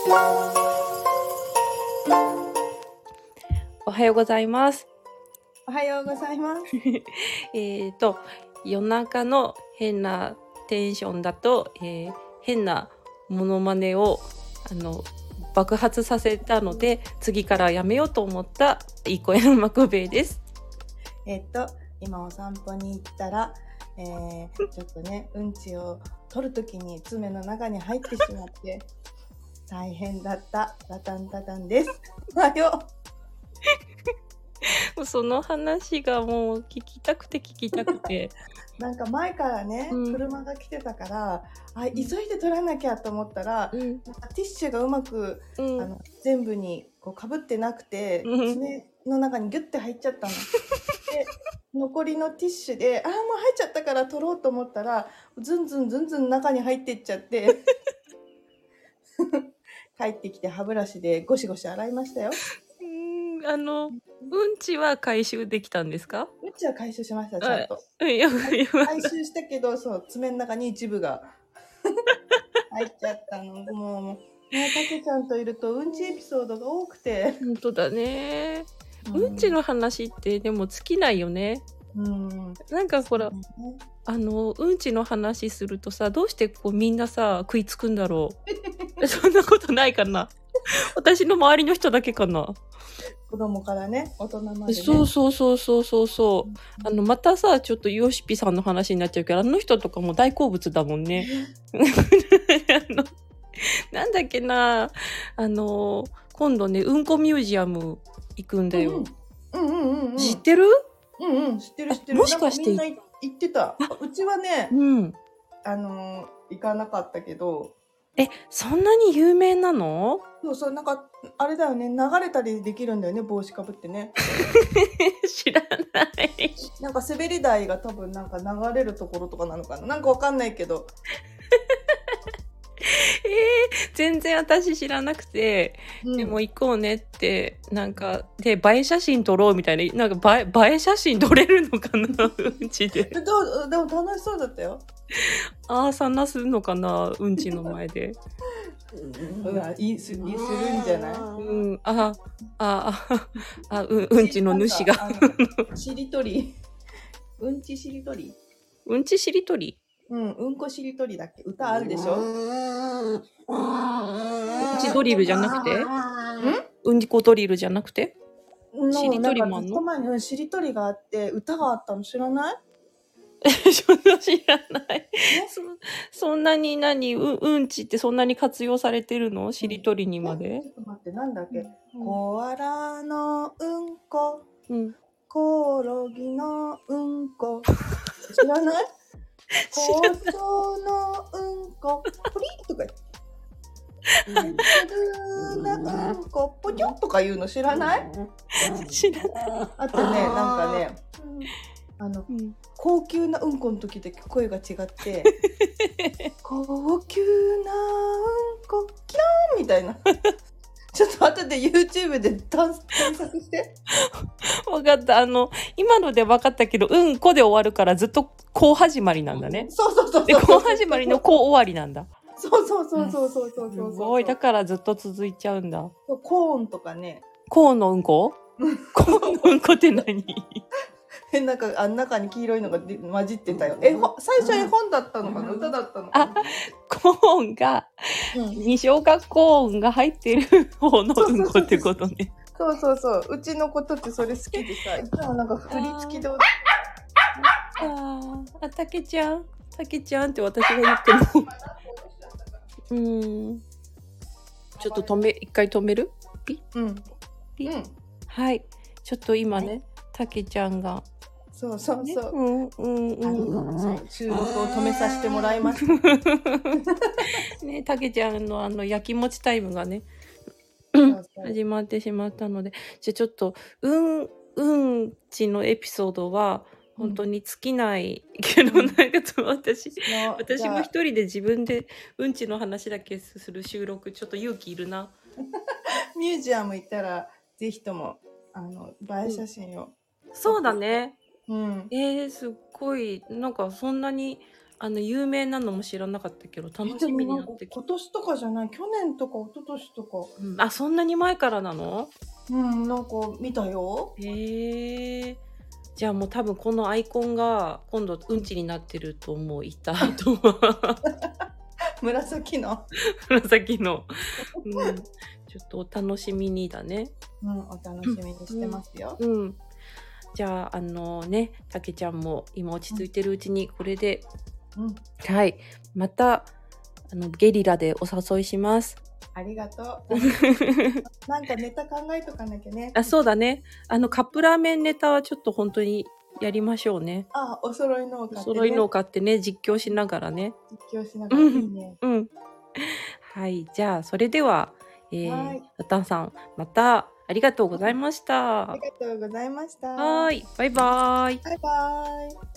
おはようございます。 おはようございます。 夜中の変なテンションだと、変なモノマネを爆発させたので、次からやめようと思ったいい声のマクベイです。 今お散歩に行ったら、ちょっとね、うんちを取るときに爪の中に入ってしまって大変だったラタンタタンです。おはよう。その話がもう聞きたくてなんか前からね、車が来てたから急いで取らなきゃと思ったら、なんかティッシュがうまく、全部にこうかぶってなくて、爪の中にギュッて入っちゃったの。で残りのティッシュでもう入っちゃったから取ろうと思ったらずんずん中に入ってっちゃって帰ってきて歯ブラシでゴシゴシ洗いましたよ。 うんちは回収できたんですか？ うんちは回収しました、ちゃんと。回収したけど、そう、爪の中に一部が入っちゃったの。もうね、たけちゃんといるとうんちエピソードが多くて。 本当だね。うんちの話ってでも尽きないよね。なんかほら、うんちの話するとさ、どうしてこうみんなさ食いつくんだろう。そんなことないかな。私の周りの人だけかな。 子供からね、大人までね。 そう。またさ、ちょっとヨシピさんの話になっちゃうけど、あの人とかも大好物だもんね。なんだっけな、今度ね、うんこミュージアム行くんだよ。知ってる？ 知ってる。 もしかしてみんな行ってた。うちはね、行かなかったけど。 そんなに有名なの？ そう、なんか、あれだよね、流れたりできるんだよね、帽子かぶってね。 知らない。 なんか滑り台が多分なんか流れるところとかなのかな、なんかわかんないけど。 全然私知らなくて、でも行こうねってなんかで映え写真撮ろうみたいな、なんか映え写真撮れるのかなうんちで。 でも楽しそうだったよ。 さなすのかなうんちの前で。 するんじゃない？ うんちの主が。 しりとり。うんちしりとり。 うんちしりとり。 うんこしりとりだっけ？歌あるでしょ？ うんちドリルじゃなくて？うんこドリルじゃなくて？しりとりもあんの？ 前にしりとりがあって歌があったの知らない？ 知らない。そんなにうんちってそんなに活用されてるの？しりとりにまで？ ちょっと待って、なんだっけ？コアラのうんこ、コオロギのうんこ。知らない？コソのうんこ、ポリとか言って。うんこ、ポチョとか言うの知らない？ 知らない。 あとね、なんかね、高級なうんこの時だけ声が違って高級なうんこキラーンみたいなちょっと後で YouTube で検索して分かった。今ので分かったけど、うんこで終わるからずっとこう始まりなんだね。 そうで、こう始まりのこう終わりなんだ。 そうすごい。だからずっと続いちゃうんだ。 コーンとかね。 コーンのうんこ？コーンのうんこって何？ なんか中に黄色いのが混じってたよ。最初絵本だったのかな、歌だったのかな。 コーンが、二小学コーンが入ってる方のうんこってことね。 そう。うちのことってそれ好きでさ、いつもなんか振り付きで。 たけちゃんって私が言っても。ちょっと一回止める？ピ？はい。ちょっと今ね、たけちゃんが。 そう。収録を止めさせてもらいます。 ね、たけちゃんのやきもちタイムがね、始まってしまったので、じゃあちょっと、うんちのエピソードは、本当に尽きないけど、なんか私も一人で自分でうんちの話だけする収録、ちょっと勇気いるな。 ミュージアム行ったら、ぜひとも、映え写真を。 そうだね。 うん。 すっごいなんかそんなに有名なのも知らなかったけど、楽しみになってきた。 今年とかじゃない、去年とか一昨年とか。 あ、そんなに前からなの？ なんか見たよ。 へえ。じゃあもう多分このアイコンが今度うんちになってると思う、いた後は。 紫の。 紫の。ちょっとお楽しみにだね。 お楽しみにしてますよ。 じゃあね、たけちゃんも今落ち着いてるうちにこれで、はい、またゲリラでお誘いします。 ありがとう。なんかネタ考えとかなきゃね。 そうだね。カップラーメンネタはちょっと本当にやりましょうね。 お揃いのを買ってね。 お揃いのを買ってね、実況しながらね。 実況しながらいいね。 はい、じゃあそれでは、ラタンさんまたありがとうございました。 ありがとうございました。 はい、バイバイ。 バイバイ。